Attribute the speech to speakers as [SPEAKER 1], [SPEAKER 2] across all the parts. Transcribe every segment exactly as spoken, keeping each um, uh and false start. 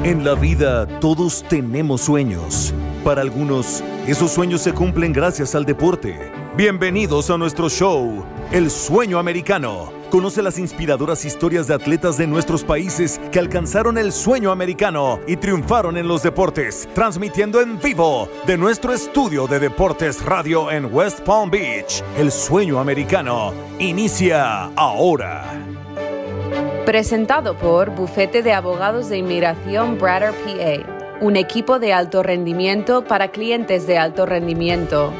[SPEAKER 1] En la vida todos tenemos sueños. Para algunos, esos sueños se cumplen gracias al deporte. Bienvenidos a nuestro show, El Sueño Americano. Conoce las inspiradoras historias de atletas de nuestros países que alcanzaron el sueño americano y triunfaron en los deportes, transmitiendo en vivo de nuestro estudio de Deportes Radio en West Palm Beach. El Sueño Americano inicia ahora.
[SPEAKER 2] Presentado por Bufete de Abogados de Inmigración Brader P A, un equipo de alto rendimiento para clientes de alto rendimiento.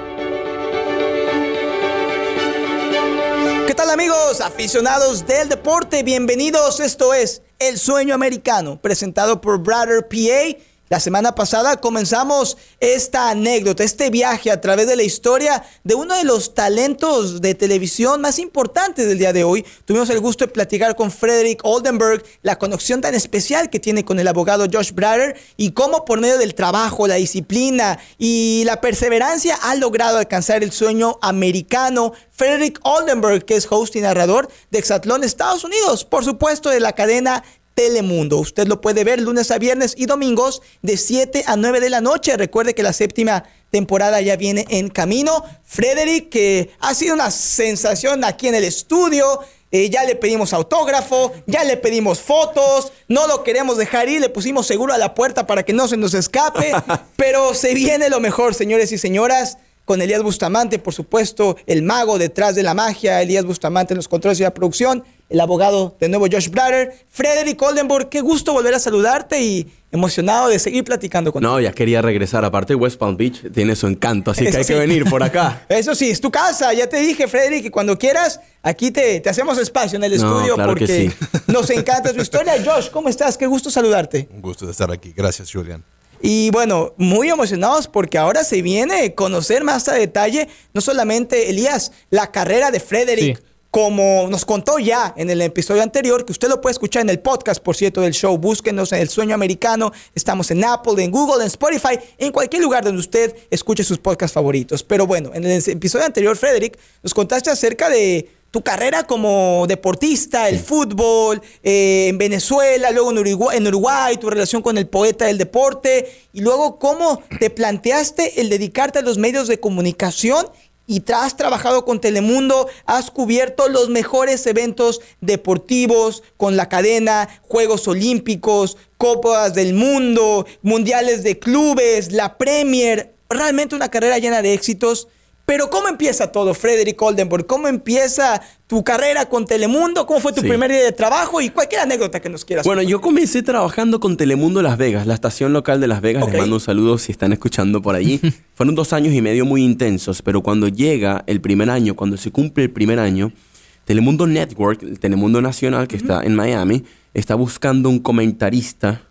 [SPEAKER 3] ¿Qué tal, amigos aficionados del deporte? Bienvenidos, esto es El Sueño Americano, presentado por Brader P A. La semana pasada comenzamos esta anécdota, este viaje a través de la historia de uno de los talentos de televisión más importantes del día de hoy. Tuvimos el gusto de platicar con Frederick Oldenburg, la conexión tan especial que tiene con el abogado Josh Brader y cómo por medio del trabajo, la disciplina y la perseverancia ha logrado alcanzar el sueño americano. Frederick Oldenburg, que es host y narrador de Exatlón, Estados Unidos, por supuesto de la cadena Telemundo. Usted lo puede ver lunes a viernes y domingos de siete a nueve de la noche. Recuerde que la séptima temporada ya viene en camino. Frederick, que ha sido una sensación aquí en el estudio. Eh, ya le pedimos autógrafo, ya le pedimos fotos, no lo queremos dejar ir, le pusimos seguro a la puerta para que no se nos escape. Pero se viene lo mejor, señores y señoras, con Elías Bustamante, por supuesto, el mago detrás de la magia, Elías Bustamante en los controles y la producción, el abogado de nuevo Josh Brader. Frederick Oldenburg, qué gusto volver a saludarte y emocionado de seguir platicando contigo.
[SPEAKER 4] No, ya quería regresar. Aparte, West Palm Beach tiene su encanto, así Eso que hay sí. que venir por acá.
[SPEAKER 3] Eso sí, es tu casa. Ya te dije, Frederick, que cuando quieras, aquí te, te hacemos espacio en el
[SPEAKER 4] no,
[SPEAKER 3] estudio
[SPEAKER 4] claro
[SPEAKER 3] porque
[SPEAKER 4] que sí.
[SPEAKER 3] nos encanta tu historia. Josh, ¿cómo estás? Qué gusto saludarte.
[SPEAKER 5] Un gusto de estar aquí. Gracias, Julian.
[SPEAKER 3] Y bueno, muy emocionados porque ahora se viene a conocer más a detalle, no solamente, Elías, la carrera de Frederick, sí. como nos contó ya en el episodio anterior, que usted lo puede escuchar en el podcast, por cierto, del show. Búsquenos en El Sueño Americano. Estamos en Apple, en Google, en Spotify, en cualquier lugar donde usted escuche sus podcasts favoritos. Pero bueno, en el episodio anterior, Frederick, nos contaste acerca de tu carrera como deportista, el sí. fútbol, eh, en Venezuela, luego en Uruguay, en Uruguay, tu relación con el poeta del deporte, y luego cómo te planteaste el dedicarte a los medios de comunicación y has trabajado con Telemundo, has cubierto los mejores eventos deportivos con la cadena, Juegos Olímpicos, Copas del Mundo, Mundiales de Clubes, la Premier, realmente una carrera llena de éxitos. Pero ¿cómo empieza todo, Frederick Oldenburg? ¿Cómo empieza tu carrera con Telemundo? ¿Cómo fue tu sí. primer día de trabajo? Y cualquier anécdota que nos quieras
[SPEAKER 4] Bueno,
[SPEAKER 3] contar.
[SPEAKER 4] yo comencé trabajando con Telemundo Las Vegas, la estación local de Las Vegas. Okay. Les mando un saludo si están escuchando por allí. Fueron dos años y medio muy intensos, pero cuando llega el primer año, cuando se cumple el primer año, Telemundo Network, el Telemundo Nacional, que uh-huh. está en Miami, está buscando un comentarista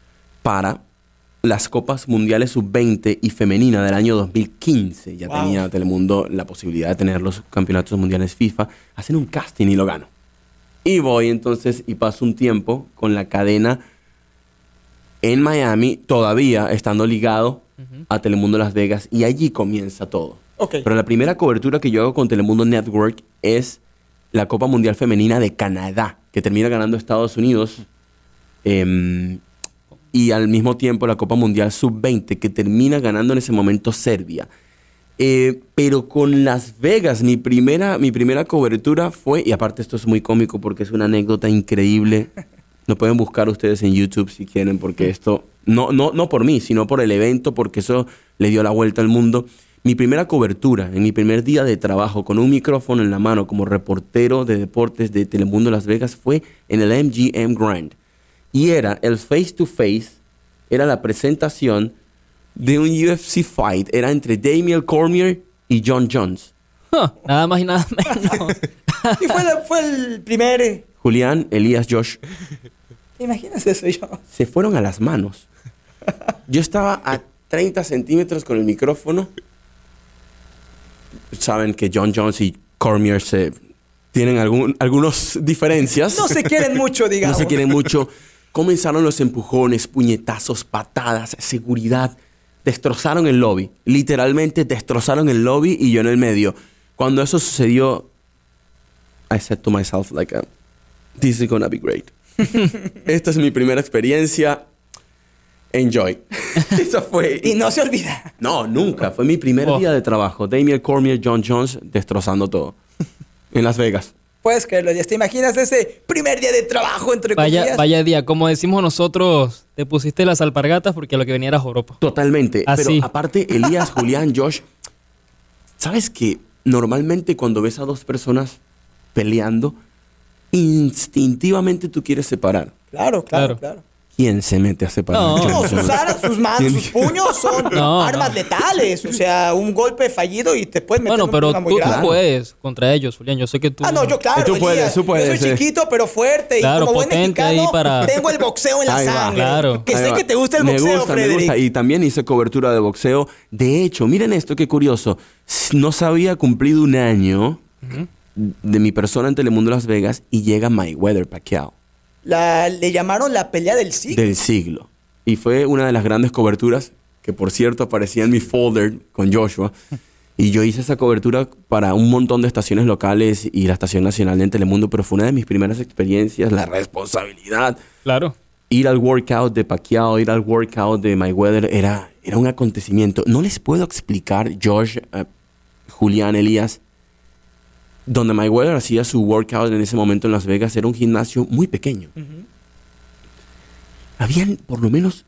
[SPEAKER 4] para las Copas Mundiales sub veinte y femenina del año dos mil quince. Ya wow. tenía Telemundo la posibilidad de tener los campeonatos mundiales FIFA. Hacen un casting y lo gano. Y voy entonces y paso un tiempo con la cadena en Miami, todavía estando ligado uh-huh. a Telemundo Las Vegas. Y allí comienza todo. Okay. Pero la primera cobertura que yo hago con Telemundo Network es la Copa Mundial Femenina de Canadá, que termina ganando Estados Unidos. Eh, Y al mismo tiempo la Copa Mundial sub veinte, que termina ganando en ese momento Serbia. Eh, pero con Las Vegas, mi primera, mi primera cobertura fue... Y aparte esto es muy cómico porque es una anécdota increíble. Lo pueden buscar ustedes en YouTube si quieren, porque esto... No, no, no por mí, sino por el evento, porque eso le dio la vuelta al mundo. Mi primera cobertura, en mi primer día de trabajo, con un micrófono en la mano como reportero de deportes de Telemundo Las Vegas, fue en el M G M Grand. Y era el face to face, era la presentación de un U F C fight. Era entre Daniel Cormier y John Jones.
[SPEAKER 6] Huh, nada más y nada menos.
[SPEAKER 3] Y fue, la, fue el primer...
[SPEAKER 4] Julián, Elías, Josh.
[SPEAKER 3] ¿Te imaginas eso, yo?
[SPEAKER 4] Se fueron a las manos. Yo estaba a treinta centímetros con el micrófono. Saben que John Jones y Cormier se... tienen algún, algunas diferencias.
[SPEAKER 3] No se quieren mucho, digamos.
[SPEAKER 4] No se quieren mucho. Comenzaron los empujones, puñetazos, patadas, seguridad. Destrozaron el lobby. Literalmente destrozaron el lobby y yo en el medio. Cuando eso sucedió, I said to myself, like, uh, this is gonna be great. Esta es mi primera experiencia. Enjoy. Eso fue.
[SPEAKER 3] Y no se olvida.
[SPEAKER 4] No, nunca. Fue mi primer
[SPEAKER 6] Oh.
[SPEAKER 4] día de trabajo. Damian Cormier, John Jones, destrozando todo. En Las Vegas.
[SPEAKER 3] Puedes creerlo, ¿te imaginas ese primer día de trabajo, entre
[SPEAKER 6] Vaya,
[SPEAKER 3] comillas?
[SPEAKER 6] vaya día. Como decimos nosotros, te pusiste las alpargatas porque lo que venía era joropo.
[SPEAKER 4] Totalmente.
[SPEAKER 6] Así.
[SPEAKER 4] Pero aparte, Elías, Julián, Josh, ¿sabes que normalmente cuando ves a dos personas peleando, instintivamente tú quieres separar?
[SPEAKER 3] Claro, claro,
[SPEAKER 6] Claro.
[SPEAKER 3] claro.
[SPEAKER 4] ¿Quién se mete a separar?
[SPEAKER 6] No.
[SPEAKER 3] No, sus, ar- sus manos, sus puños son
[SPEAKER 6] No,
[SPEAKER 3] armas
[SPEAKER 6] no.
[SPEAKER 3] letales. O sea, un golpe fallido y te puedes meter
[SPEAKER 6] Bueno,
[SPEAKER 3] en un
[SPEAKER 6] pero
[SPEAKER 3] problema muy
[SPEAKER 6] tú, tú
[SPEAKER 3] grave.
[SPEAKER 6] puedes contra ellos, Julián. Yo sé que tú...
[SPEAKER 3] Ah, no, yo claro,
[SPEAKER 4] Tú puedes,
[SPEAKER 3] Elías.
[SPEAKER 4] tú puedes,
[SPEAKER 3] Yo soy
[SPEAKER 4] eh.
[SPEAKER 3] chiquito, pero fuerte.
[SPEAKER 6] Claro,
[SPEAKER 3] y como buen
[SPEAKER 6] potente
[SPEAKER 3] mexicano,
[SPEAKER 6] ahí para-
[SPEAKER 3] tengo el boxeo en la
[SPEAKER 4] Ahí va.
[SPEAKER 3] sangre.
[SPEAKER 6] Claro.
[SPEAKER 3] Que
[SPEAKER 4] Ahí
[SPEAKER 3] sé
[SPEAKER 4] va.
[SPEAKER 3] que te gusta el
[SPEAKER 4] Me
[SPEAKER 3] boxeo,
[SPEAKER 4] gusta, me
[SPEAKER 3] Frederick.
[SPEAKER 4] gusta. Y también hice cobertura de boxeo. De hecho, miren esto, qué curioso. No se había cumplido un año de mi persona en Telemundo Las Vegas y llega Mayweather Pacquiao
[SPEAKER 3] La, le llamaron la pelea del siglo.
[SPEAKER 4] del siglo. Y fue una de las grandes coberturas que, por cierto, aparecía en mi folder con Joshua. Y yo hice esa cobertura para un montón de estaciones locales y la estación nacional de Telemundo, pero fue una de mis primeras experiencias, la responsabilidad.
[SPEAKER 6] Claro.
[SPEAKER 4] Ir al workout de Pacquiao, ir al workout de Mayweather, era, era un acontecimiento. No les puedo explicar, Josh, eh, Julián, Elías, donde Mayweather hacía su workout en ese momento en Las Vegas, era un gimnasio muy pequeño. Habían por lo menos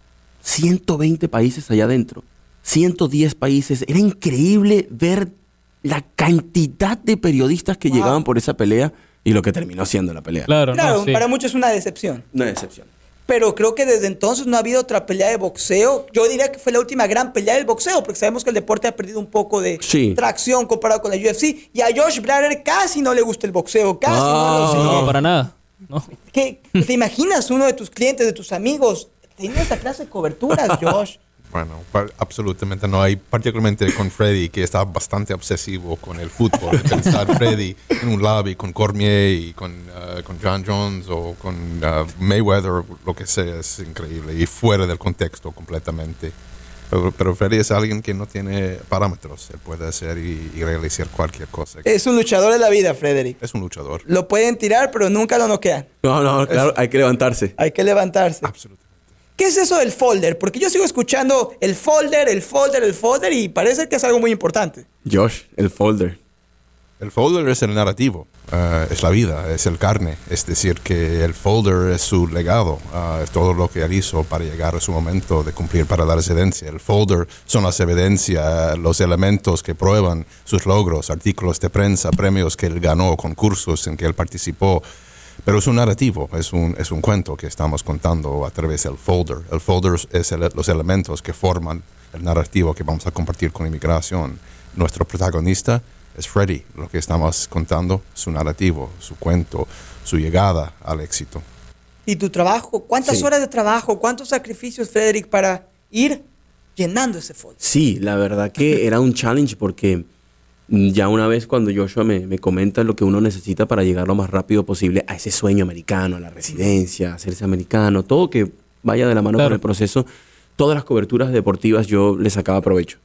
[SPEAKER 4] ciento veinte países allá adentro, ciento diez países. Era increíble ver la cantidad de periodistas que
[SPEAKER 3] Wow.
[SPEAKER 4] llegaban por esa pelea y lo que terminó siendo la pelea.
[SPEAKER 6] Claro,
[SPEAKER 3] Claro,
[SPEAKER 6] no, sí.
[SPEAKER 3] para muchos es una decepción.
[SPEAKER 4] Una decepción.
[SPEAKER 3] Pero creo que desde entonces no ha habido otra pelea de boxeo. Yo diría que fue la última gran pelea del boxeo, porque sabemos que el deporte ha perdido un poco de
[SPEAKER 4] Sí.
[SPEAKER 3] tracción comparado con la U F C. Y a Josh Brader casi no le gusta el boxeo, casi no lo
[SPEAKER 4] Ah.
[SPEAKER 3] sigue.
[SPEAKER 6] No, para nada. No.
[SPEAKER 3] ¿Qué? ¿Te imaginas uno de tus clientes, de tus amigos, teniendo esta clase de coberturas, Josh?
[SPEAKER 5] Bueno, pa- absolutamente no hay, particularmente con Freddy, que está bastante obsesivo con el fútbol. Pensar Freddy en un lobby con Cormier y con, uh, con John Jones o con uh, Mayweather, lo que sea, es increíble y fuera del contexto completamente. Pero, pero Freddy es alguien que no tiene parámetros. Él puede hacer y, y realizar cualquier cosa.
[SPEAKER 3] Es un luchador de la vida, Frederick.
[SPEAKER 5] Es un luchador.
[SPEAKER 3] Lo pueden tirar, pero nunca lo noquean.
[SPEAKER 4] No, no, claro, hay que levantarse.
[SPEAKER 3] Hay que levantarse.
[SPEAKER 5] Absolutamente.
[SPEAKER 3] ¿Qué es eso del folder? Porque yo sigo escuchando el folder, el folder, el folder y parece que es algo muy importante.
[SPEAKER 4] Josh, el folder.
[SPEAKER 5] El folder es el narrativo, uh, es la vida, es el carne. Es decir, que el folder es su legado, uh, es todo lo que él hizo para llegar a su momento de cumplir para la residencia. El folder son las evidencias, los elementos que prueban sus logros, artículos de prensa, premios que él ganó, concursos en que él participó. Pero es un narrativo, es un, es un cuento que estamos contando a través del folder. El folder es el- los elementos que forman el narrativo que vamos a compartir con inmigración. Nuestro protagonista es Freddy, lo que estamos contando, su narrativo, su cuento, su llegada al éxito.
[SPEAKER 3] ¿Y tu trabajo? ¿Cuántas
[SPEAKER 4] Sí.
[SPEAKER 3] horas de trabajo? ¿Cuántos sacrificios, Frederick, para ir llenando ese folder?
[SPEAKER 4] Sí, la verdad que era un challenge porque mm, ya una vez cuando Joshua me, me comenta lo que uno necesita para llegar lo más rápido posible a ese sueño americano, a la residencia, a hacerse americano, todo que vaya de la mano
[SPEAKER 6] Claro.
[SPEAKER 4] con el proceso, todas las coberturas deportivas yo le sacaba provecho.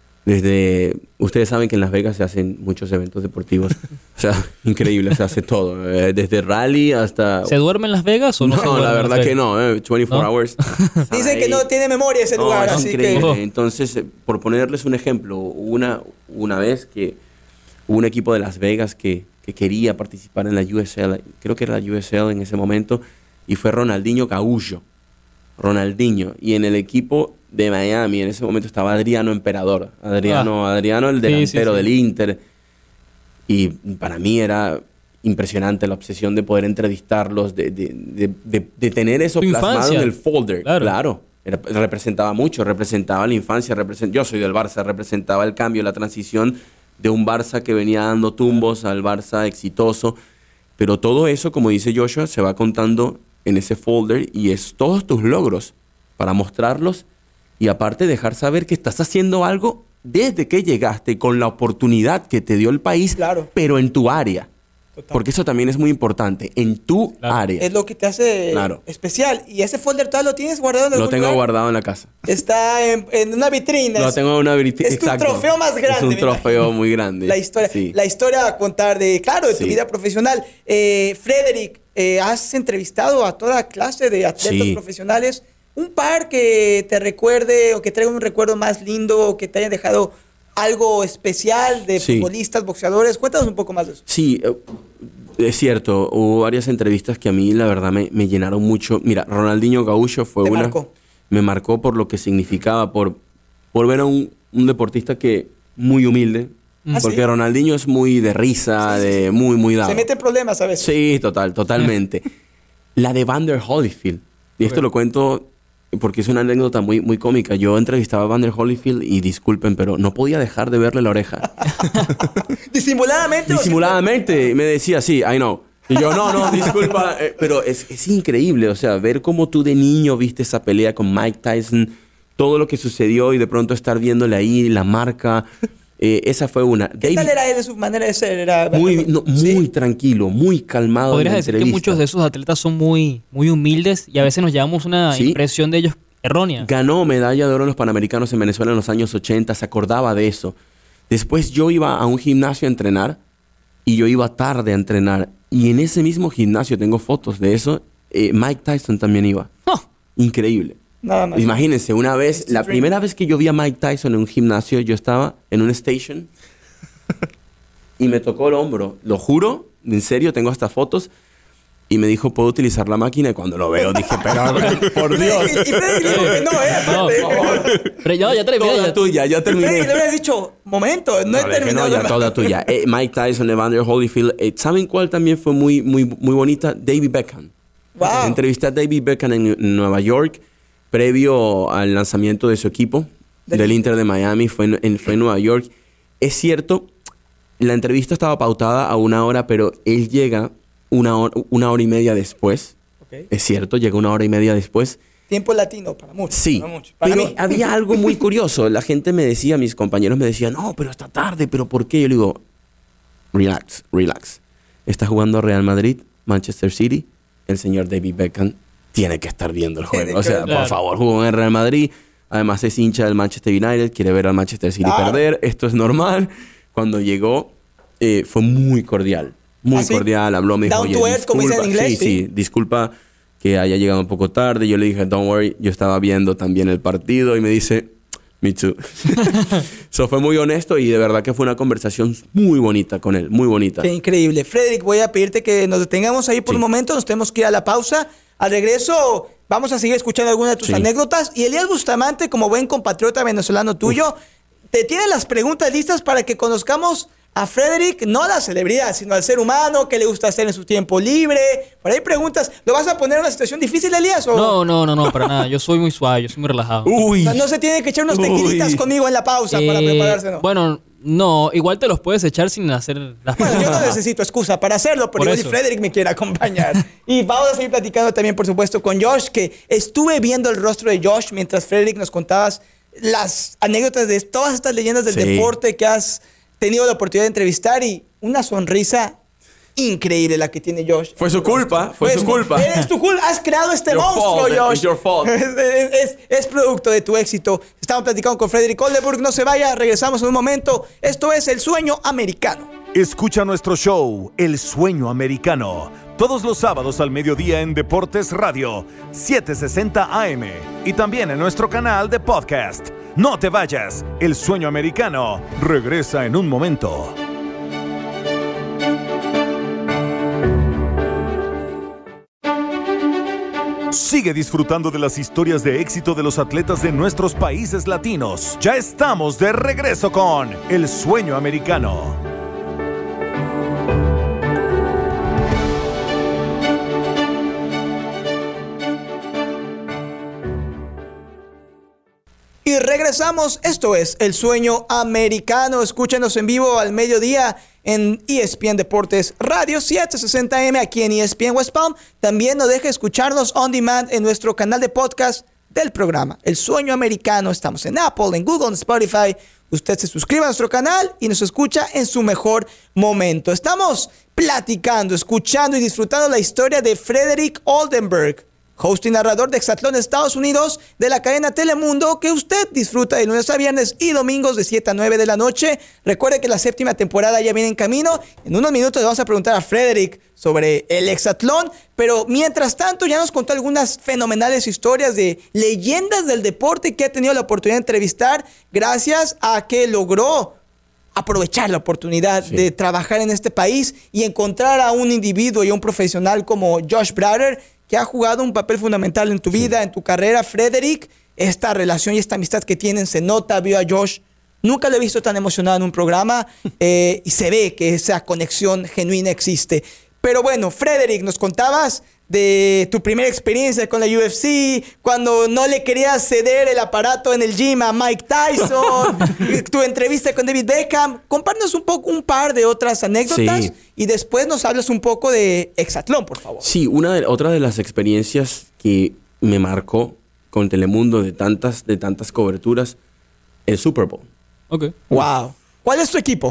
[SPEAKER 4] Desde, ustedes saben que en Las Vegas se hacen muchos eventos deportivos, o sea, increíble, se hace todo, eh, desde rally hasta...
[SPEAKER 6] ¿Se duerme en Las Vegas o no,
[SPEAKER 4] No,
[SPEAKER 6] se duerme
[SPEAKER 4] la
[SPEAKER 6] en Las
[SPEAKER 4] verdad que
[SPEAKER 6] Vegas?
[SPEAKER 4] no, eh, veinticuatro
[SPEAKER 6] ¿No?
[SPEAKER 4] hours.
[SPEAKER 3] Dicen que
[SPEAKER 4] Ahí.
[SPEAKER 3] no tiene memoria ese
[SPEAKER 4] No,
[SPEAKER 3] lugar,
[SPEAKER 4] es
[SPEAKER 3] así
[SPEAKER 4] increíble.
[SPEAKER 3] que...
[SPEAKER 6] Oh.
[SPEAKER 4] Entonces, eh, por ponerles un ejemplo, una, una vez que hubo un equipo de Las Vegas que, que quería participar en la U S L, creo que era la U S L en ese momento, y fue Ronaldinho Gaúcho. Ronaldinho. Y en el equipo de Miami, en ese momento estaba Adriano Emperador. Adriano, Adriano el
[SPEAKER 6] Sí, sí,
[SPEAKER 4] delantero
[SPEAKER 6] sí.
[SPEAKER 4] del Inter. Y para mí era impresionante la obsesión de poder entrevistarlos, de, de, de, de, de tener eso
[SPEAKER 6] Tu
[SPEAKER 4] plasmado
[SPEAKER 6] infancia.
[SPEAKER 4] en el folder.
[SPEAKER 6] Claro.
[SPEAKER 4] Claro. Era- representaba mucho, representaba la infancia. represent- yo soy del Barça, representaba el cambio, la transición de un Barça que venía dando tumbos al Barça exitoso. Pero todo eso, como dice Joshua, se va contando en ese folder y es todos tus logros para mostrarlos y aparte dejar saber que estás haciendo algo desde que llegaste con la oportunidad que te dio el país,
[SPEAKER 3] Claro.
[SPEAKER 4] pero en tu área.
[SPEAKER 3] Total.
[SPEAKER 4] Porque eso también es muy importante, en tu
[SPEAKER 6] Claro.
[SPEAKER 4] área.
[SPEAKER 3] Es lo que te hace
[SPEAKER 4] Claro.
[SPEAKER 3] especial. ¿Y ese folder todavía lo tienes guardado en
[SPEAKER 4] Lo
[SPEAKER 3] algún
[SPEAKER 4] tengo
[SPEAKER 3] lugar?
[SPEAKER 4] guardado en la casa.
[SPEAKER 3] Está en, en una vitrina.
[SPEAKER 4] Lo
[SPEAKER 3] Es-
[SPEAKER 4] tengo en una vitrina.
[SPEAKER 3] es tu trofeo más grande,
[SPEAKER 4] Es un
[SPEAKER 3] me
[SPEAKER 4] trofeo
[SPEAKER 3] imagino.
[SPEAKER 4] muy grande.
[SPEAKER 3] La historia,
[SPEAKER 4] Sí.
[SPEAKER 3] la historia a contar de, claro, de tu
[SPEAKER 4] Sí.
[SPEAKER 3] vida profesional. Eh, Frederick, eh, has entrevistado a toda clase de atletas
[SPEAKER 4] Sí.
[SPEAKER 3] profesionales. un par que te recuerde o que traiga un recuerdo más lindo o que te haya dejado algo especial de
[SPEAKER 4] Sí.
[SPEAKER 3] futbolistas, boxeadores. Cuéntanos un poco más de eso.
[SPEAKER 4] Sí, eh, es cierto. Hubo varias entrevistas que a mí, la verdad, me, me llenaron mucho. Mira, Ronaldinho Gaúcho fue
[SPEAKER 3] Te
[SPEAKER 4] una...
[SPEAKER 3] marcó.
[SPEAKER 4] Me marcó por lo que significaba, por, por ver a un, un deportista que muy humilde.
[SPEAKER 3] ¿Ah,
[SPEAKER 4] Porque
[SPEAKER 3] sí?
[SPEAKER 4] Ronaldinho es muy de risa,
[SPEAKER 3] Sí, sí,
[SPEAKER 4] de
[SPEAKER 3] sí.
[SPEAKER 4] muy, muy dado.
[SPEAKER 3] Se mete en problemas a veces.
[SPEAKER 4] Sí, total, totalmente. La de Vander Holyfield. Y esto
[SPEAKER 6] Ok.
[SPEAKER 4] lo cuento porque es una anécdota muy, muy cómica. Yo entrevistaba a Vander Holyfield y disculpen, pero no podía dejar de verle la oreja.
[SPEAKER 3] Disimuladamente. o
[SPEAKER 4] Disimuladamente. Me decía, sí, I know. Y yo, no, no, disculpa. eh, Pero es, es increíble, o sea, ver cómo tú de niño viste esa pelea con Mike Tyson, todo lo que sucedió y de pronto estar viéndole ahí la marca. Eh, esa fue una.
[SPEAKER 3] ¿Qué tal era él en su manera de ser? Era
[SPEAKER 4] Muy, no,
[SPEAKER 3] ¿Sí?
[SPEAKER 4] muy tranquilo, muy calmado.
[SPEAKER 6] Podrías
[SPEAKER 4] en la
[SPEAKER 6] decir que
[SPEAKER 4] entrevista.
[SPEAKER 6] muchos de esos atletas son muy, muy humildes y a veces nos llevamos una
[SPEAKER 4] Sí.
[SPEAKER 6] impresión de ellos errónea.
[SPEAKER 4] Ganó medalla de oro en los Panamericanos en Venezuela en los años ochenta, se acordaba de eso. Después yo iba a un gimnasio a entrenar y yo iba tarde a entrenar. Y en ese mismo gimnasio, tengo fotos de eso, eh, Mike Tyson también iba.
[SPEAKER 6] ¡Oh!
[SPEAKER 4] Increíble.
[SPEAKER 3] Nada más.
[SPEAKER 4] Imagínense, una vez,
[SPEAKER 3] It's a
[SPEAKER 4] la
[SPEAKER 3] dream.
[SPEAKER 4] primera vez que yo vi a Mike Tyson en un gimnasio, yo estaba en un station y me tocó el hombro. Lo juro, en serio, tengo hasta fotos. Y me dijo, ¿puedo utilizar la máquina? Y cuando lo veo dije, pero por Dios.
[SPEAKER 3] Y, y Freddy le dijo que no, ¿eh?
[SPEAKER 6] No,
[SPEAKER 3] Aparte.
[SPEAKER 6] por favor. Pero ya, ya terminé.
[SPEAKER 4] Toda
[SPEAKER 6] ya-
[SPEAKER 4] tuya, ya
[SPEAKER 3] Freddy
[SPEAKER 4] terminé.
[SPEAKER 3] le había dicho, momento, no,
[SPEAKER 4] No,
[SPEAKER 3] he
[SPEAKER 4] le dije,
[SPEAKER 3] terminado.
[SPEAKER 4] no, ya toda tuya. Eh, Mike Tyson, Evander Holyfield. Eh, ¿Saben cuál también fue muy, muy, muy bonita? David Beckham.
[SPEAKER 3] Wow.
[SPEAKER 4] Entrevisté a David Beckham en, en Nueva York, previo al lanzamiento de su equipo,
[SPEAKER 3] Del-
[SPEAKER 4] del Inter de Miami, fue en, en- fue en Nueva York. Es cierto, la entrevista estaba pautada a una hora, pero él llega una hora, una hora y media después.
[SPEAKER 3] Ok.
[SPEAKER 4] Es cierto, llega una hora y media después.
[SPEAKER 3] Tiempo latino para muchos.
[SPEAKER 4] Sí,
[SPEAKER 3] Para muchos. Para
[SPEAKER 4] pero
[SPEAKER 3] mí.
[SPEAKER 4] había algo muy curioso. La gente me decía, mis compañeros me decían, no, pero está tarde, ¿pero por qué? Yo le digo, relax, relax. Está jugando Real Madrid, Manchester City, el señor David Beckham tiene que estar viendo el
[SPEAKER 3] Tiene
[SPEAKER 4] juego. O
[SPEAKER 3] que
[SPEAKER 4] sea,
[SPEAKER 3] verlo.
[SPEAKER 4] por favor, jugó en el Real Madrid, además es hincha del Manchester United, quiere ver al Manchester City
[SPEAKER 3] Claro.
[SPEAKER 4] perder, esto es normal. Cuando llegó, eh, fue muy cordial, muy
[SPEAKER 3] ¿Ah, sí?
[SPEAKER 4] cordial, habló, me dijo,
[SPEAKER 3] Down
[SPEAKER 4] oye,
[SPEAKER 3] to earth, como dicen en
[SPEAKER 4] disculpa".
[SPEAKER 3] inglés,
[SPEAKER 4] Sí,
[SPEAKER 3] sí.
[SPEAKER 4] sí, disculpa que haya llegado un poco tarde. Yo le dije, don't worry, yo estaba viendo también el partido y me dice, me too. Eso fue muy honesto y de verdad que fue una conversación muy bonita con él, muy bonita.
[SPEAKER 3] Qué increíble. Frederick, voy a pedirte que nos detengamos ahí por
[SPEAKER 4] Sí.
[SPEAKER 3] un momento. Nos tenemos que ir a la pausa. Al regreso vamos a seguir escuchando algunas de tus
[SPEAKER 4] Sí.
[SPEAKER 3] anécdotas. Y Elías Bustamante, como buen compatriota venezolano tuyo, te tiene las preguntas listas para que conozcamos a Frederick, no a la celebridad, sino al ser humano, qué le gusta hacer en su tiempo libre. Por ahí preguntas. ¿Lo vas a poner en una situación difícil, Elías? O
[SPEAKER 6] No, no, no, no, para nada. Yo soy muy suave, yo soy muy relajado.
[SPEAKER 4] Uy,
[SPEAKER 3] no, no se tiene que echar unos tequilitas
[SPEAKER 4] Uy.
[SPEAKER 3] conmigo en la pausa para
[SPEAKER 6] Eh,
[SPEAKER 3] prepararse, ¿no?
[SPEAKER 6] Bueno, no, igual te los puedes echar sin hacer las
[SPEAKER 3] Bueno, yo no necesito excusa para hacerlo, pero
[SPEAKER 6] Por
[SPEAKER 3] igual
[SPEAKER 6] eso.
[SPEAKER 3] Frederick me quiere acompañar. Y vamos a seguir platicando también, por supuesto, con Josh, que estuve viendo el rostro de Josh mientras Frederick nos contabas las anécdotas de todas estas leyendas del
[SPEAKER 4] Sí.
[SPEAKER 3] deporte que has tenido la oportunidad de entrevistar y una sonrisa increíble la que tiene Josh.
[SPEAKER 4] fue su culpa, fue
[SPEAKER 3] Pues,
[SPEAKER 4] su culpa.
[SPEAKER 3] Eres tu culpa, has creado este
[SPEAKER 4] Your
[SPEAKER 3] monstruo,
[SPEAKER 4] fault,
[SPEAKER 3] Josh.
[SPEAKER 4] it's your fault.
[SPEAKER 3] Es, es- es- es producto de tu éxito. Estamos platicando con Frederick Oldenburg. No se vaya, regresamos en un momento. Esto es El Sueño Americano.
[SPEAKER 1] Escucha nuestro show, El Sueño Americano, todos los sábados al mediodía en Deportes Radio, setecientos sesenta A M, y también en nuestro canal de podcast. No te vayas, El Sueño Americano regresa en un momento. Sigue disfrutando de las historias de éxito de los atletas de nuestros países latinos. Ya estamos de regreso con El Sueño Americano.
[SPEAKER 3] Y regresamos, esto es El Sueño Americano. Escúchanos en vivo al mediodía en E S P N Deportes Radio setecientos sesenta A M aquí en E S P N West Palm. También no deje escucharnos on demand en nuestro canal de podcast del programa El Sueño Americano. Estamos en Apple, en Google, en Spotify. Usted se suscribe a nuestro canal y nos escucha en su mejor momento. Estamos platicando, escuchando y disfrutando la historia de Frederick Oldenburg. host y narrador de Exatlón Estados Unidos de la cadena Telemundo, que usted disfruta de lunes a viernes y domingos de siete a nueve de la noche. Recuerde que la séptima temporada ya viene en camino. En unos minutos le vamos a preguntar a Frederick sobre el Exatlón, pero mientras tanto ya nos contó algunas fenomenales historias de leyendas del deporte que ha tenido la oportunidad de entrevistar gracias a que logró aprovechar la oportunidad sí. de trabajar en este país y encontrar a un individuo y a un profesional como Josh Brader, que ha jugado un papel fundamental en tu sí. vida, en tu carrera. Frederick, esta relación y esta amistad que tienen se nota. Vio a Josh, nunca lo he visto tan emocionado en un programa eh, y se ve que esa conexión genuina existe. Pero bueno, Frederick, nos contabas de tu primera experiencia con la U F C, cuando no le querías ceder el aparato en el gym a Mike Tyson, tu entrevista con David Beckham. Compártanos un poco, un par de otras anécdotas sí. y después nos hablas un poco de Exatlón, por favor.
[SPEAKER 4] Sí, una de, otra de las experiencias que me marcó con Telemundo de tantas, de tantas coberturas, el Super Bowl.
[SPEAKER 6] Ok.
[SPEAKER 3] Wow. ¿Cuál es tu equipo?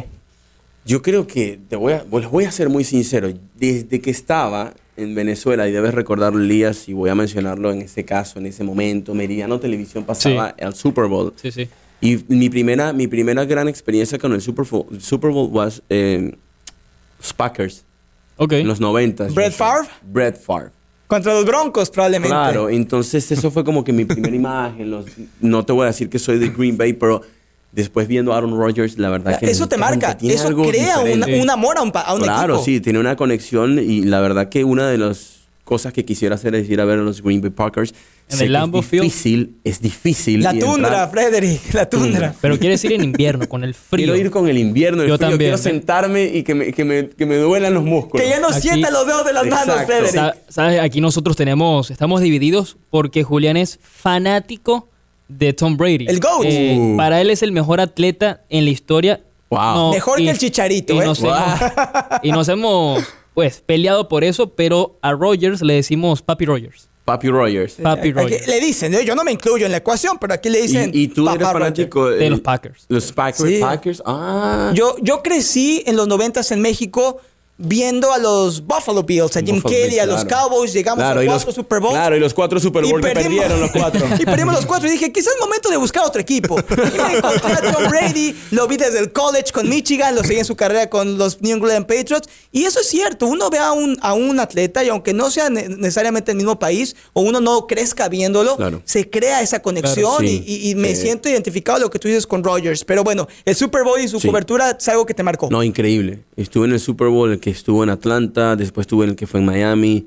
[SPEAKER 4] Yo creo que, te voy a, les voy a ser muy sincero, desde que estaba en Venezuela, y debes recordarlo, Elías, y voy a mencionarlo en ese caso, en ese momento, Meridiano Televisión pasaba sí. el Super Bowl.
[SPEAKER 6] Sí, sí.
[SPEAKER 4] Y mi primera, mi primera gran experiencia con el Super Bowl, Super Bowl was eh, los Packers.
[SPEAKER 6] Ok.
[SPEAKER 4] En los noventas.
[SPEAKER 3] ¿Brett Favre?
[SPEAKER 4] Brett Favre.
[SPEAKER 3] Contra los Broncos, probablemente.
[SPEAKER 4] Claro, entonces eso fue como que mi primera imagen. Los, no te voy a decir que soy de Green Bay, pero después viendo a Aaron Rodgers, la verdad que...
[SPEAKER 3] Eso te marca, eso crea un, un amor a un, a un
[SPEAKER 4] claro,
[SPEAKER 3] equipo.
[SPEAKER 4] Claro, sí, tiene una conexión y la verdad que una de las cosas que quisiera hacer es ir a ver a los Green Bay Packers.
[SPEAKER 6] En el Lambeau Field.
[SPEAKER 4] Es difícil, es difícil.
[SPEAKER 3] La tundra, Frederick, la tundra.
[SPEAKER 6] Pero quieres ir en invierno, con el frío.
[SPEAKER 4] Quiero ir con el invierno, el
[SPEAKER 6] Yo
[SPEAKER 4] frío.
[SPEAKER 6] también.
[SPEAKER 4] Quiero sentarme y que me, que me, que me duelan los músculos.
[SPEAKER 3] Que ya no
[SPEAKER 6] Aquí,
[SPEAKER 3] sienta los dedos de las
[SPEAKER 4] exacto.
[SPEAKER 3] manos, Frederick.
[SPEAKER 6] Sa- ¿Sabes? Aquí nosotros tenemos, estamos divididos porque Julián es fanático de Tom Brady.
[SPEAKER 3] El GOAT.
[SPEAKER 6] Eh,
[SPEAKER 4] Uh.
[SPEAKER 6] Para él es el mejor atleta en la historia.
[SPEAKER 4] Wow.
[SPEAKER 3] Mejor que el Chicharito,
[SPEAKER 6] y
[SPEAKER 3] ¿eh?
[SPEAKER 6] Nos
[SPEAKER 4] Wow.
[SPEAKER 6] hemos, y nos hemos, pues, peleado por eso, pero a Rodgers le decimos Papi Rodgers.
[SPEAKER 4] Papi Rogers.
[SPEAKER 6] Papi
[SPEAKER 3] Aquí
[SPEAKER 6] Rodgers.
[SPEAKER 3] le dicen, yo no me incluyo en la ecuación, pero aquí le dicen
[SPEAKER 4] Y, y tú eres
[SPEAKER 3] Papá
[SPEAKER 4] fanático
[SPEAKER 6] De los Packers.
[SPEAKER 4] Los Packers.
[SPEAKER 3] Sí.
[SPEAKER 4] Packers. Ah.
[SPEAKER 3] Yo, yo crecí en los noventas en México viendo a los Buffalo Bills, a Jim
[SPEAKER 4] Buffalo
[SPEAKER 3] Kelly,
[SPEAKER 4] Bills,
[SPEAKER 3] a los
[SPEAKER 4] claro.
[SPEAKER 3] Cowboys, llegamos
[SPEAKER 4] Claro,
[SPEAKER 3] a
[SPEAKER 4] y
[SPEAKER 3] cuatro
[SPEAKER 4] los-
[SPEAKER 3] Super Bowls.
[SPEAKER 4] Claro, y los cuatro Super Bowl que perdieron los cuatro.
[SPEAKER 3] y perdimos los cuatro. Y dije, quizás es momento de buscar otro equipo. Y me encontré a Tom Brady, lo vi desde el college con Michigan, lo seguí en su carrera con los New England Patriots. Y eso es cierto, uno ve a un, a un atleta y aunque no sea ne- necesariamente el mismo país o uno no crezca viéndolo,
[SPEAKER 4] Claro.
[SPEAKER 3] se crea esa conexión
[SPEAKER 4] Claro, sí.
[SPEAKER 3] y, y- y me
[SPEAKER 4] Sí.
[SPEAKER 3] siento identificado a lo que tú dices con Rodgers. Pero bueno, el Super Bowl y su
[SPEAKER 4] Sí.
[SPEAKER 3] cobertura es algo que te marcó.
[SPEAKER 4] No, increíble. Estuve en el Super Bowl, el que estuvo en Atlanta, después estuve en el que fue en Miami.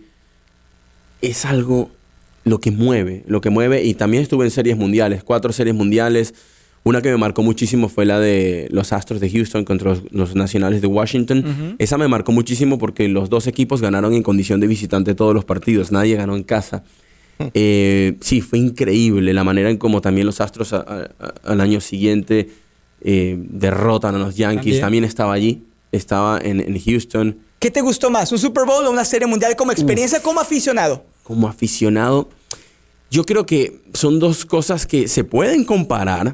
[SPEAKER 4] Es algo lo que mueve, lo que mueve. Y también estuve en series mundiales, cuatro series mundiales. Una que me marcó muchísimo fue la de los Astros de Houston contra los, los Nacionales de Washington.
[SPEAKER 3] Ujú.
[SPEAKER 4] Esa me marcó muchísimo porque los dos equipos ganaron en condición de visitante todos los partidos. Nadie ganó en casa. Eh, sí, fue increíble la manera en cómo también los Astros a- a- a- al año siguiente eh, derrotan a los Yankees.
[SPEAKER 6] También.
[SPEAKER 4] También, estaba allí, estaba en, en Houston.
[SPEAKER 3] ¿Qué te gustó más? ¿Un Super Bowl o una serie mundial como experiencia como aficionado?
[SPEAKER 4] Como aficionado, yo creo que son dos cosas que se pueden comparar,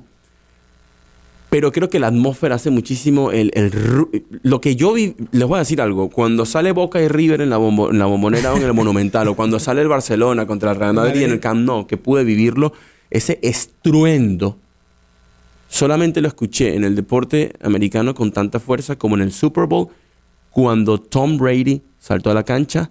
[SPEAKER 4] pero creo que la atmósfera hace muchísimo el, el ru- lo que yo vi. Les voy a decir algo: cuando sale Boca y River en la, bombo- en la Bombonera o en el Monumental, o cuando sale el Barcelona contra el Real Madrid en el Camp Nou, que pude vivirlo, ese estruendo solamente lo escuché en el deporte americano con tanta fuerza como en el Super Bowl, cuando Tom Brady saltó a la cancha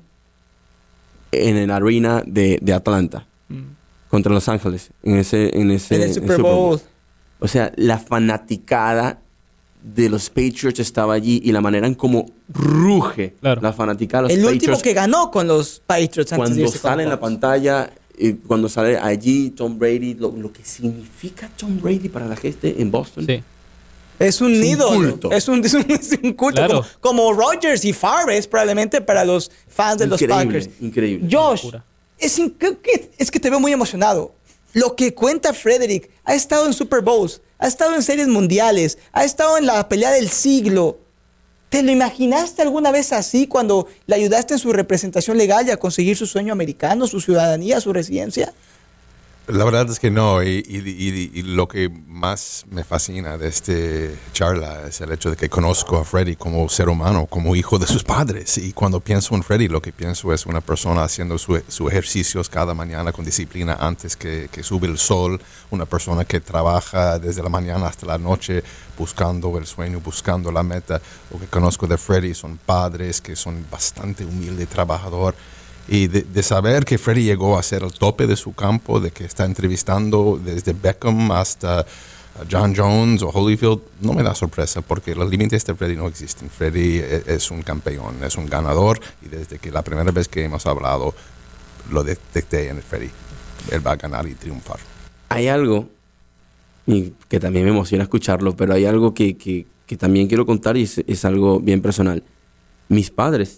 [SPEAKER 4] en el arena de, de Atlanta contra Los Ángeles en ese en ese
[SPEAKER 3] En el Super Bowl.
[SPEAKER 4] O sea, la fanaticada de los Patriots estaba allí y la manera en cómo ruge
[SPEAKER 6] Claro.
[SPEAKER 4] la fanaticada de los
[SPEAKER 3] El
[SPEAKER 4] Patriots
[SPEAKER 3] último que ganó con los Patriots antes de
[SPEAKER 4] cuando
[SPEAKER 3] irse con
[SPEAKER 4] sale en la
[SPEAKER 3] Fox.
[SPEAKER 4] pantalla, eh, cuando sale allí Tom Brady, lo, lo que significa Tom Brady para la gente en Boston.
[SPEAKER 6] Sí.
[SPEAKER 3] Es un
[SPEAKER 4] Es un
[SPEAKER 3] ídolo.
[SPEAKER 4] culto.
[SPEAKER 3] Es un, es un, es un culto.
[SPEAKER 6] Claro.
[SPEAKER 3] Como, como Rodgers y Favre es probablemente para los fans de los
[SPEAKER 4] Increíble,
[SPEAKER 3] Packers.
[SPEAKER 4] increíble.
[SPEAKER 3] Josh,
[SPEAKER 6] Locura.
[SPEAKER 3] es, in- creo que, es que te veo muy emocionado. Lo que cuenta Frederick, ha estado en Super Bowls, ha estado en series mundiales, ha estado en la pelea del siglo. ¿Te lo imaginaste alguna vez así cuando le ayudaste en su representación legal y a conseguir su sueño americano, su ciudadanía, su residencia?
[SPEAKER 5] La verdad es que no, y, y, y, y lo que más me fascina de esta charla es el hecho de que conozco a Freddie como ser humano, como hijo de sus padres, y cuando pienso en Freddie lo que pienso es una persona haciendo sus su ejercicios cada mañana con disciplina antes que, que sube el sol, una persona que trabaja desde la mañana hasta la noche buscando el sueño, buscando la meta. Lo que conozco de Freddie son padres que son bastante humildes, trabajador. Y de, de saber que Freddie llegó a ser el tope de su campo, de que está entrevistando desde Beckham hasta John Jones o Holyfield, no me da sorpresa porque los límites de Freddie no existen. Freddie es, es un campeón, es un ganador, y desde que la primera vez que hemos hablado lo detecté en Freddie. Él va a ganar y triunfar.
[SPEAKER 4] Hay algo, y que también me emociona escucharlo, pero hay algo que, que, que también quiero contar y es, es algo bien personal. Mis padres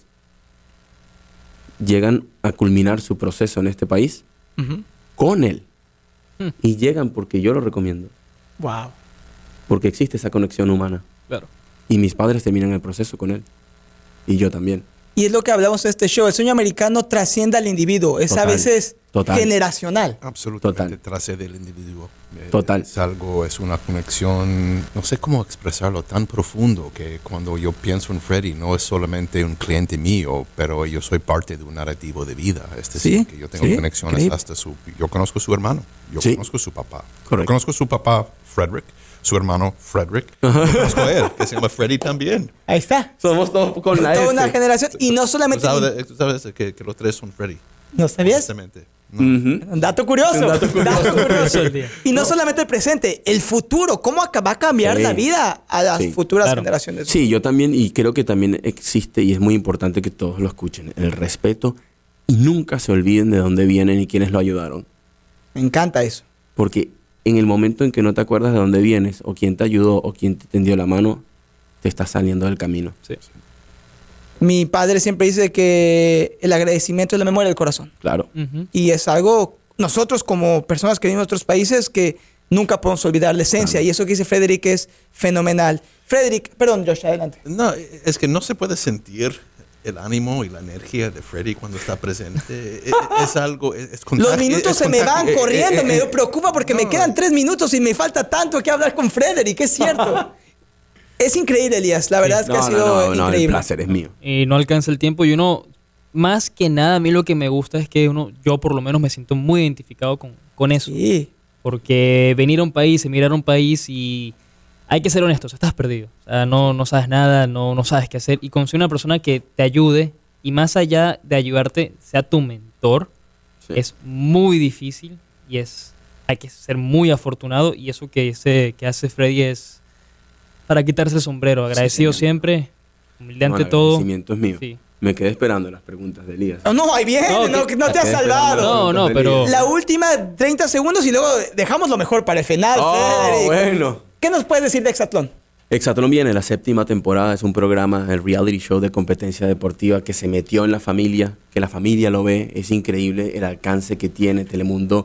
[SPEAKER 4] llegan a culminar su proceso en este país uh-huh. con él. Uh-huh. Y llegan porque yo lo recomiendo.
[SPEAKER 3] Wow.
[SPEAKER 4] Porque existe esa conexión humana.
[SPEAKER 6] Claro.
[SPEAKER 4] Y mis padres terminan el proceso con él. Y yo también.
[SPEAKER 3] Y es lo que hablamos en este show. El sueño americano trasciende al individuo. Es Total. a veces Total. generacional.
[SPEAKER 5] Absolutamente.
[SPEAKER 4] Total.
[SPEAKER 5] Trasciende el individuo.
[SPEAKER 4] Total.
[SPEAKER 5] Es algo, es una conexión, no sé cómo expresarlo, tan profundo que cuando yo pienso en Freddie no es solamente un cliente mío, pero yo soy parte de un narrativo de vida. Es decir, ¿Sí? que yo tengo ¿Sí? conexiones ¿Sí? hasta su... Yo conozco a su hermano, yo ¿Sí? conozco a su papá. Correcto. Yo conozco a su papá, Frederick, su hermano, Frederick. Yo conozco a él, que se llama Freddie también.
[SPEAKER 3] Ahí está.
[SPEAKER 4] Somos todos con la
[SPEAKER 3] Toda una generación. Y no solamente...
[SPEAKER 5] Tú sabes, tú sabes que, que los tres son Freddie.
[SPEAKER 3] ¿No sabías?
[SPEAKER 5] Exactamente.
[SPEAKER 3] No. Uh-huh. Un dato curioso. Un dato curioso. Dato curioso. Y no, no solamente el presente, el futuro. ¿Cómo va a cambiar sí. la vida a las sí. futuras claro. generaciones?
[SPEAKER 4] Sí, yo también, y creo que también existe, y es muy importante que todos lo escuchen, el respeto, y nunca se olviden de dónde vienen y quiénes lo ayudaron.
[SPEAKER 3] Me encanta eso.
[SPEAKER 4] Porque en el momento en que no te acuerdas de dónde vienes, o quién te ayudó, o quién te tendió la mano, te estás saliendo del camino.
[SPEAKER 6] Sí.
[SPEAKER 3] Mi padre siempre dice que el agradecimiento es la memoria del corazón.
[SPEAKER 4] Claro.
[SPEAKER 3] Uh-huh. Y es algo, nosotros como personas que vivimos en otros países, que nunca podemos olvidar la esencia. Claro. Y eso que dice Frederick es fenomenal. Frederick, perdón, Josh, adelante.
[SPEAKER 5] No, es que no se puede sentir el ánimo y la energía de Freddie cuando está presente. es, es algo... Es, es contagio,
[SPEAKER 3] Los minutos
[SPEAKER 5] es
[SPEAKER 3] se
[SPEAKER 5] contagio,
[SPEAKER 3] me van
[SPEAKER 5] eh,
[SPEAKER 3] corriendo.
[SPEAKER 5] Eh, eh,
[SPEAKER 3] me preocupa porque no, me quedan tres minutos y me falta tanto que hablar con Frederick. Es cierto. Es increíble, Elías. La verdad sí. es que no, ha sido
[SPEAKER 4] no, no,
[SPEAKER 3] increíble.
[SPEAKER 4] No, el placer es mío.
[SPEAKER 6] Y no alcanza el tiempo y uno, más que nada, a mí lo que me gusta es que uno, yo por lo menos me siento muy identificado con, con eso.
[SPEAKER 3] Sí.
[SPEAKER 6] Porque venir a un país, emigrar a un país y hay que ser honestos, estás perdido. O sea, no, no sabes nada, no, no sabes qué hacer. Y conseguir una persona que te ayude y más allá de ayudarte, sea tu mentor, sí. es muy difícil y es hay que ser muy afortunado. Y eso que, ese, que hace Freddie es... para quitarse el sombrero, agradecido sí, siempre, humilde ante
[SPEAKER 4] no,
[SPEAKER 6] todo.
[SPEAKER 4] El agradecimiento es mío. Sí. Me quedé esperando las preguntas de Elías.
[SPEAKER 3] No, no, ahí viene, no, no, no te has salvado.
[SPEAKER 6] No, no, pero...
[SPEAKER 3] La última treinta segundos y luego dejamos lo mejor para el final,
[SPEAKER 4] oh,
[SPEAKER 3] Frederick.
[SPEAKER 4] Bueno.
[SPEAKER 3] ¿Qué nos puedes decir de Exatlón?
[SPEAKER 4] Exatlón viene, la séptima temporada, es un programa, el reality show de competencia deportiva que se metió en la familia, que la familia lo ve, es increíble el alcance que tiene. Telemundo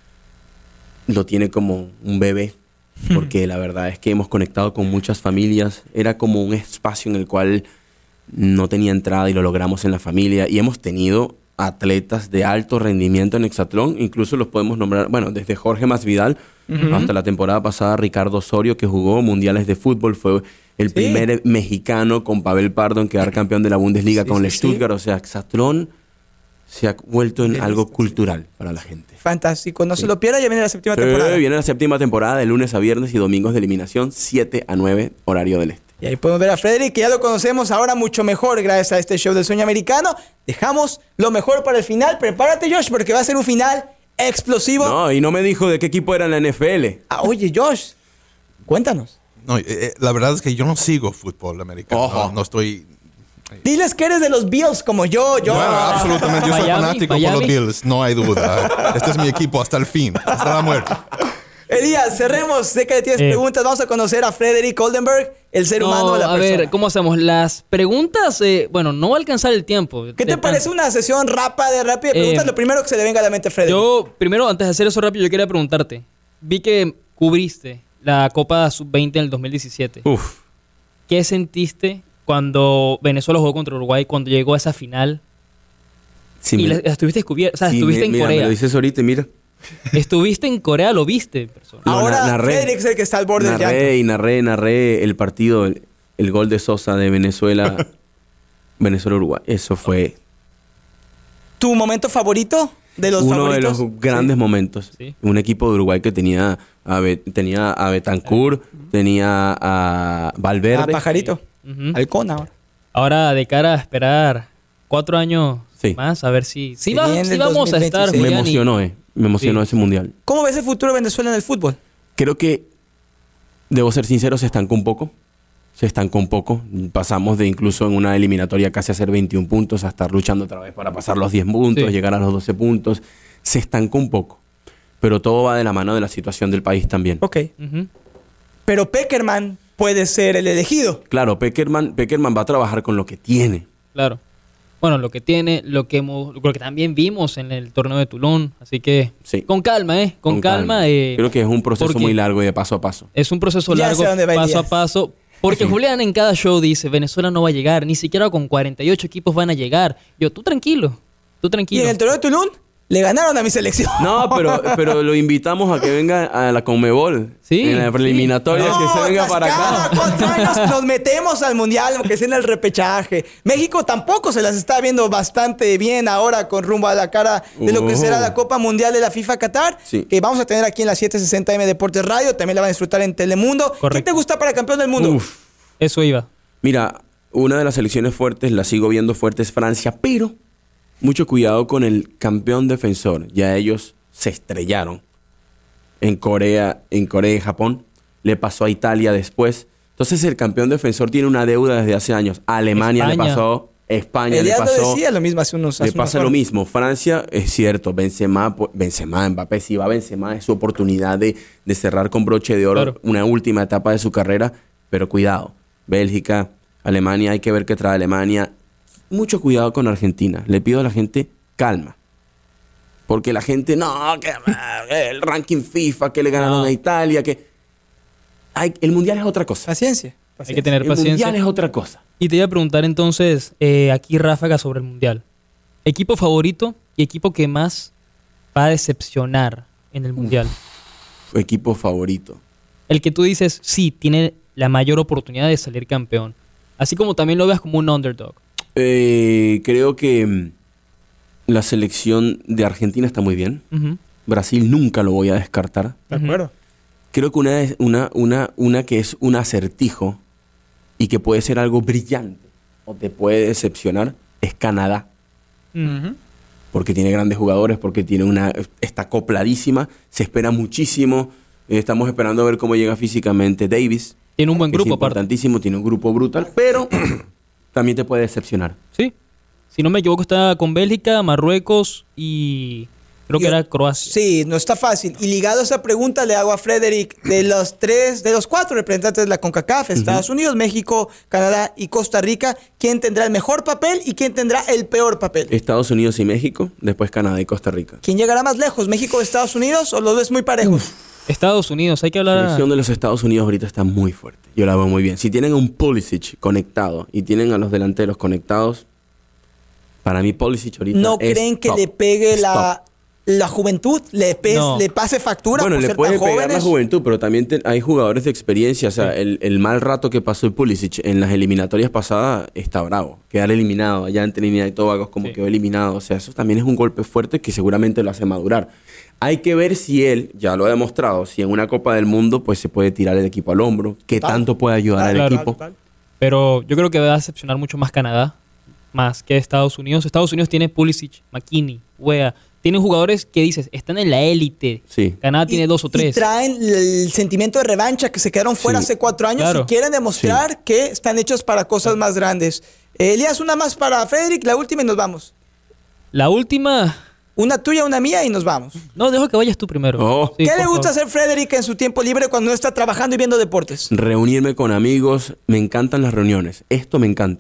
[SPEAKER 4] lo tiene como un bebé. Porque la verdad es que hemos conectado con muchas familias. Era como un espacio en el cual no tenía entrada y lo logramos en la familia. Y hemos tenido atletas de alto rendimiento en Exatlón. Incluso los podemos nombrar, bueno, desde Jorge Masvidal uh-huh. hasta la temporada pasada, Ricardo Osorio, que jugó mundiales de fútbol. Fue el sí. primer mexicano con Pavel Pardo en quedar campeón de la Bundesliga sí, con sí, el Stuttgart. Sí. O sea, Exatlón se ha vuelto en algo cultural para la gente.
[SPEAKER 3] Fantástico. No sí. se lo pierda, ya viene la séptima
[SPEAKER 4] sí,
[SPEAKER 3] temporada.
[SPEAKER 4] Viene la séptima temporada de lunes a viernes y domingos de eliminación, siete a nueve, horario del este.
[SPEAKER 3] Y ahí podemos ver a Frederick, que ya lo conocemos ahora mucho mejor gracias a este show del sueño americano. Dejamos lo mejor para el final. Prepárate, Josh, porque va a ser un final explosivo.
[SPEAKER 4] No, y no me dijo de qué equipo era en la N F L.
[SPEAKER 3] Ah, oye, Josh, cuéntanos.
[SPEAKER 5] No, eh, la verdad es que yo no sigo fútbol americano. No, no estoy...
[SPEAKER 3] Diles que eres de los Bills como yo. yo.
[SPEAKER 5] Bueno, absolutamente. Yo soy
[SPEAKER 6] Miami,
[SPEAKER 5] fanático
[SPEAKER 6] Miami.
[SPEAKER 5] por los Bills. No hay duda. Este es mi equipo hasta el fin. Hasta la muerte.
[SPEAKER 3] Elías, cerremos. Sé que tienes eh. preguntas. Vamos a conocer a Frederick Oldenburg, el ser
[SPEAKER 6] no,
[SPEAKER 3] humano, la
[SPEAKER 6] a
[SPEAKER 3] persona.
[SPEAKER 6] A ver, ¿cómo hacemos? Las preguntas, eh, bueno, no va a alcanzar el tiempo.
[SPEAKER 3] ¿Qué te de parece tan... una sesión rápida de rápida de preguntas? Eh, Lo primero que se le venga a la mente a Frederick.
[SPEAKER 6] Yo, primero, antes de hacer eso rápido, yo quería preguntarte. Vi que cubriste la Copa sub veinte en el dos mil diecisiete.
[SPEAKER 4] Uf.
[SPEAKER 6] ¿Qué sentiste cuando Venezuela jugó contra Uruguay, cuando llegó a esa final? Sí, y la, la estuviste descubierta, o sea,
[SPEAKER 4] sí,
[SPEAKER 6] estuviste
[SPEAKER 4] me,
[SPEAKER 6] en
[SPEAKER 4] mira,
[SPEAKER 6] Corea.
[SPEAKER 4] Me lo dices ahorita, mira.
[SPEAKER 6] Estuviste en Corea, lo viste en persona.
[SPEAKER 4] No,
[SPEAKER 3] Ahora
[SPEAKER 4] na- narré.
[SPEAKER 3] Frederick es el que está al borde del llanto.
[SPEAKER 4] Narré y narré, narré el partido, el, el gol de Sosa de Venezuela, Venezuela-Uruguay. Eso fue
[SPEAKER 3] ¿Tu momento favorito de los
[SPEAKER 4] uno
[SPEAKER 3] favoritos?
[SPEAKER 4] de los grandes momentos.
[SPEAKER 6] Sí.
[SPEAKER 4] Un equipo de Uruguay que tenía a, Be- tenía a Betancourt, tenía a Valverde.
[SPEAKER 3] Ah, Pajarito.
[SPEAKER 6] Ujú.
[SPEAKER 3] Halcón ahora.
[SPEAKER 6] Ahora, de cara a esperar cuatro años
[SPEAKER 4] Sí.
[SPEAKER 6] más, a ver si, si,
[SPEAKER 3] Se
[SPEAKER 6] va-
[SPEAKER 3] viene
[SPEAKER 6] si
[SPEAKER 3] el
[SPEAKER 6] vamos a estar.
[SPEAKER 3] dos mil veintiséis.
[SPEAKER 4] Me
[SPEAKER 6] Julián, y-
[SPEAKER 4] emocionó, eh. Me emocionó
[SPEAKER 6] Sí.
[SPEAKER 4] ese mundial.
[SPEAKER 3] ¿Cómo ves el futuro de Venezuela en el fútbol?
[SPEAKER 4] Creo que, debo ser sincero, se estancó un poco. Se estancó un poco. Pasamos de incluso en una eliminatoria casi a hacer veintiún puntos a estar luchando otra vez para pasar los diez puntos,
[SPEAKER 6] Sí.
[SPEAKER 4] llegar a los doce puntos. Se estancó un poco. Pero todo va de la mano de la situación del país también.
[SPEAKER 3] Ok.
[SPEAKER 6] Ujú.
[SPEAKER 3] Pero Peckerman puede ser el elegido.
[SPEAKER 4] Claro, Peckerman, Peckerman va a trabajar con lo que tiene.
[SPEAKER 6] Claro. Bueno, lo que tiene, lo que hemos, lo que también vimos en el torneo de Tulón, así que
[SPEAKER 4] Sí.
[SPEAKER 6] con calma, ¿eh? Con, calma. eh,
[SPEAKER 4] Creo que es un proceso
[SPEAKER 6] porque
[SPEAKER 4] muy largo y de paso a paso.
[SPEAKER 6] Es un proceso
[SPEAKER 3] Ya
[SPEAKER 6] largo,
[SPEAKER 3] sé a dónde va
[SPEAKER 6] paso a
[SPEAKER 3] Elías.
[SPEAKER 6] paso. Porque Julián en cada show dice, Venezuela no va a llegar, ni siquiera con cuarenta y ocho equipos van a llegar. Yo, tú tranquilo, tú
[SPEAKER 3] Y
[SPEAKER 6] tranquilo.
[SPEAKER 3] en el torneo de Tulum le ganaron a mi selección.
[SPEAKER 4] No, pero, pero lo invitamos a que venga a la Conmebol.
[SPEAKER 6] Sí,
[SPEAKER 4] En la preliminatoria,
[SPEAKER 3] No,
[SPEAKER 4] que se venga para
[SPEAKER 3] cada
[SPEAKER 4] acá.
[SPEAKER 3] cuatro años nos metemos al mundial, aunque sea en el repechaje. México tampoco se las está viendo bastante bien ahora con rumbo a la cara de lo que
[SPEAKER 4] Oh.
[SPEAKER 3] será la Copa Mundial de la FIFA Qatar,
[SPEAKER 4] Sí.
[SPEAKER 3] que vamos a tener aquí en la setecientos sesenta M Deportes Radio. También la van a disfrutar en Telemundo. ¿Quién
[SPEAKER 6] Correcto.
[SPEAKER 3] te gusta para campeón del mundo?
[SPEAKER 4] Uf.
[SPEAKER 6] Eso iba.
[SPEAKER 4] Mira, una de las selecciones fuertes, la sigo viendo fuerte, es Francia, pero mucho cuidado con el campeón defensor. Ya ellos se estrellaron en Corea, en Corea y Japón. Le pasó a Italia después. Entonces el campeón defensor tiene una deuda desde hace años. A Alemania le
[SPEAKER 6] España.
[SPEAKER 4] pasó, España
[SPEAKER 3] Elías
[SPEAKER 4] le
[SPEAKER 3] lo
[SPEAKER 4] pasó.
[SPEAKER 3] decía lo mismo hace unos
[SPEAKER 4] Le
[SPEAKER 3] hace unos
[SPEAKER 4] pasa lo
[SPEAKER 3] horas.
[SPEAKER 4] mismo. Francia, es cierto, Benzema, pu- Benzema, Mbappé, si va Benzema, es su oportunidad de, de cerrar con broche de oro
[SPEAKER 6] Claro.
[SPEAKER 4] una última etapa de su carrera, pero cuidado. Bélgica, Alemania, hay que ver qué trae Alemania. Mucho cuidado con Argentina. Le pido a la gente calma. Porque la gente, no, que eh, el ranking FIFA, que le ganaron
[SPEAKER 6] No.
[SPEAKER 4] a Italia, que... Ay, el Mundial es otra cosa.
[SPEAKER 3] Paciencia.
[SPEAKER 6] Hay
[SPEAKER 3] paciencia.
[SPEAKER 6] que tener
[SPEAKER 4] El
[SPEAKER 6] paciencia.
[SPEAKER 4] Mundial es otra cosa.
[SPEAKER 6] Y te iba a preguntar entonces, eh, aquí Ráfaga sobre el Mundial. Equipo favorito y equipo que más va a decepcionar en el Mundial.
[SPEAKER 4] Equipo favorito.
[SPEAKER 6] El que tú dices, sí, tiene la mayor oportunidad de salir campeón. Así como también lo veas como un underdog.
[SPEAKER 4] Eh, creo que mm, la selección de Argentina está muy bien.
[SPEAKER 6] Ujú.
[SPEAKER 4] Brasil nunca lo voy a descartar.
[SPEAKER 3] De acuerdo.
[SPEAKER 4] Creo que una, es- una, una, una que es un acertijo y que puede ser algo brillante o te puede decepcionar es Canadá.
[SPEAKER 3] Ujú.
[SPEAKER 4] Porque tiene grandes jugadores, porque tiene una está acopladísima, se espera muchísimo. Eh, estamos esperando a ver cómo llega físicamente Davis.
[SPEAKER 6] Tiene un buen
[SPEAKER 4] que
[SPEAKER 6] grupo
[SPEAKER 4] es
[SPEAKER 6] aparte.
[SPEAKER 4] importantísimo, tiene un grupo brutal, pero también te puede decepcionar.
[SPEAKER 6] Sí. Si no me equivoco, está con Bélgica, Marruecos y creo que
[SPEAKER 3] Yo-
[SPEAKER 6] era Croacia.
[SPEAKER 3] Sí, no está fácil. Y ligado a esa pregunta le hago a Frederick, de los tres, de los cuatro representantes de la CONCACAF, Estados Unidos, México, Canadá y Costa Rica, ¿quién tendrá el mejor papel y quién tendrá el peor papel?
[SPEAKER 4] Estados Unidos y México, después Canadá y Costa Rica.
[SPEAKER 3] ¿Quién llegará más lejos, México o Estados Unidos, o los ves muy parejos?
[SPEAKER 6] Estados Unidos, hay que
[SPEAKER 4] La
[SPEAKER 6] hablar.
[SPEAKER 4] selección de los Estados Unidos ahorita está muy fuerte. Yo la veo muy bien. Si tienen a un Pulisic conectado y tienen a los delanteros conectados, para mí Pulisic ahorita
[SPEAKER 3] ¿No
[SPEAKER 4] es
[SPEAKER 3] creen que
[SPEAKER 4] top.
[SPEAKER 3] le pegue
[SPEAKER 4] Es
[SPEAKER 3] la, la juventud? ¿Le, pes-
[SPEAKER 6] No.
[SPEAKER 3] le pase factura
[SPEAKER 4] Bueno,
[SPEAKER 3] por
[SPEAKER 4] le
[SPEAKER 3] ser
[SPEAKER 4] puede
[SPEAKER 3] tan
[SPEAKER 4] pegar la
[SPEAKER 3] jóvenes?
[SPEAKER 4] juventud, pero también te- hay jugadores de experiencia. O sea, el, el mal rato que pasó el Pulisic en las eliminatorias pasadas está bravo. Quedar eliminado allá en Trinidad y Tobago es como
[SPEAKER 6] Sí.
[SPEAKER 4] quedó eliminado. O sea, eso también es un golpe fuerte que seguramente lo hace madurar. Hay que ver si él, ya lo ha demostrado, si en una Copa del Mundo pues se puede tirar el equipo al hombro, qué
[SPEAKER 3] Total.
[SPEAKER 4] tanto puede ayudar al
[SPEAKER 6] Claro.
[SPEAKER 4] equipo.
[SPEAKER 3] Total.
[SPEAKER 6] Pero yo creo que va a decepcionar mucho más Canadá, más que Estados Unidos. Estados Unidos tiene Pulisic, McKinney, Wea. Tienen jugadores que dices, están en la élite.
[SPEAKER 4] Sí.
[SPEAKER 6] Canadá tiene
[SPEAKER 3] Y-
[SPEAKER 6] dos o
[SPEAKER 3] Y
[SPEAKER 6] tres.
[SPEAKER 3] traen el sentimiento de revancha que se quedaron fuera
[SPEAKER 4] Sí.
[SPEAKER 3] hace cuatro años
[SPEAKER 6] Claro.
[SPEAKER 3] y quieren demostrar que están hechos para cosas más grandes. Eh, Elías, una más para Frederick, la última y nos vamos.
[SPEAKER 6] La última,
[SPEAKER 3] Una tuya, una mía y nos vamos.
[SPEAKER 6] no, dejo que vayas tú primero.
[SPEAKER 4] Oh.
[SPEAKER 6] Sí,
[SPEAKER 3] ¿Qué
[SPEAKER 6] por
[SPEAKER 3] le gusta
[SPEAKER 6] favor.
[SPEAKER 3] hacer Frederick en su tiempo libre cuando no está trabajando y viendo deportes?
[SPEAKER 4] Reunirme con amigos, me encantan las reuniones. Esto me encanta.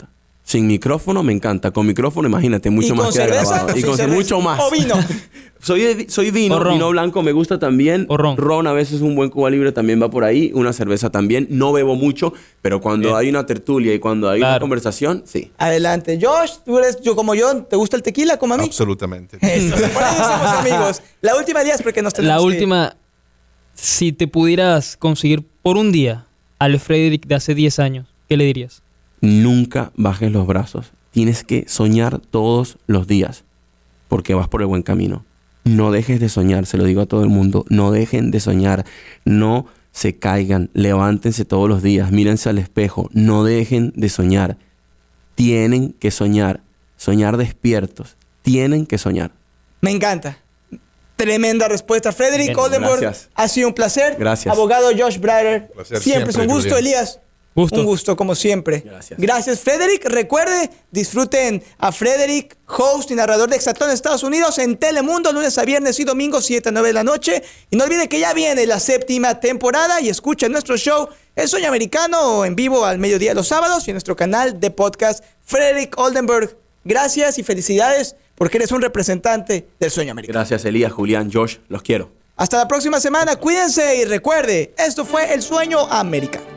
[SPEAKER 4] Sin micrófono me encanta. Con micrófono, imagínate, mucho
[SPEAKER 3] ¿Y
[SPEAKER 4] más
[SPEAKER 3] con
[SPEAKER 4] que
[SPEAKER 3] cerveza?
[SPEAKER 4] grabado. Y
[SPEAKER 3] Sin
[SPEAKER 4] con
[SPEAKER 3] cerveza.
[SPEAKER 4] mucho más.
[SPEAKER 3] ¿O vino?
[SPEAKER 4] soy, de- soy vino,
[SPEAKER 6] O ron.
[SPEAKER 4] vino blanco me gusta también.
[SPEAKER 6] O ron.
[SPEAKER 4] Ron a veces un buen Cuba Libre también va por ahí. Una cerveza también. No bebo mucho, pero cuando
[SPEAKER 6] Bien.
[SPEAKER 4] hay una tertulia y cuando hay una
[SPEAKER 6] Claro.
[SPEAKER 4] conversación, sí.
[SPEAKER 3] Adelante. Josh, tú eres yo como yo. ¿Te gusta el tequila como a mí?
[SPEAKER 5] Absolutamente.
[SPEAKER 3] Eso, por ahí somos amigos. La última, Elías, porque nos tenemos
[SPEAKER 6] La
[SPEAKER 3] que ir.
[SPEAKER 6] última, si te pudieras conseguir por un día al Frederick de hace diez años, ¿qué le dirías?
[SPEAKER 4] Nunca bajes los brazos. Tienes que soñar todos los días porque vas por el buen camino. No dejes de soñar, se lo digo a todo el mundo. No dejen de soñar. No se caigan. Levántense todos los días. Mírense al espejo. No dejen de soñar. Tienen que soñar. Soñar despiertos. Tienen que soñar.
[SPEAKER 3] Me encanta. Tremenda respuesta. Frederick
[SPEAKER 6] Bien,
[SPEAKER 3] Oldenburg,
[SPEAKER 4] gracias.
[SPEAKER 3] ha sido un placer.
[SPEAKER 4] Gracias.
[SPEAKER 3] Abogado Josh Brader,
[SPEAKER 5] Placer
[SPEAKER 3] siempre es un
[SPEAKER 5] siempre,
[SPEAKER 3] gusto.
[SPEAKER 5] Julián.
[SPEAKER 3] Elías,
[SPEAKER 6] Gusto.
[SPEAKER 3] un gusto como siempre.
[SPEAKER 4] Gracias.
[SPEAKER 3] Gracias, Frederick. Recuerde, disfruten a Frederick, host y narrador de Exatlón en Estados Unidos, en Telemundo, lunes a viernes y domingo, siete a nueve de la noche. Y no olvide que ya viene la séptima temporada y escuchen nuestro show El Sueño Americano en vivo al mediodía los sábados y en nuestro canal de podcast Frederick Oldenburg. Gracias y felicidades porque eres un representante del sueño americano.
[SPEAKER 4] Gracias, Elías, Julián, Josh. Los quiero.
[SPEAKER 3] Hasta la próxima semana. Cuídense y recuerde, esto fue El Sueño Americano.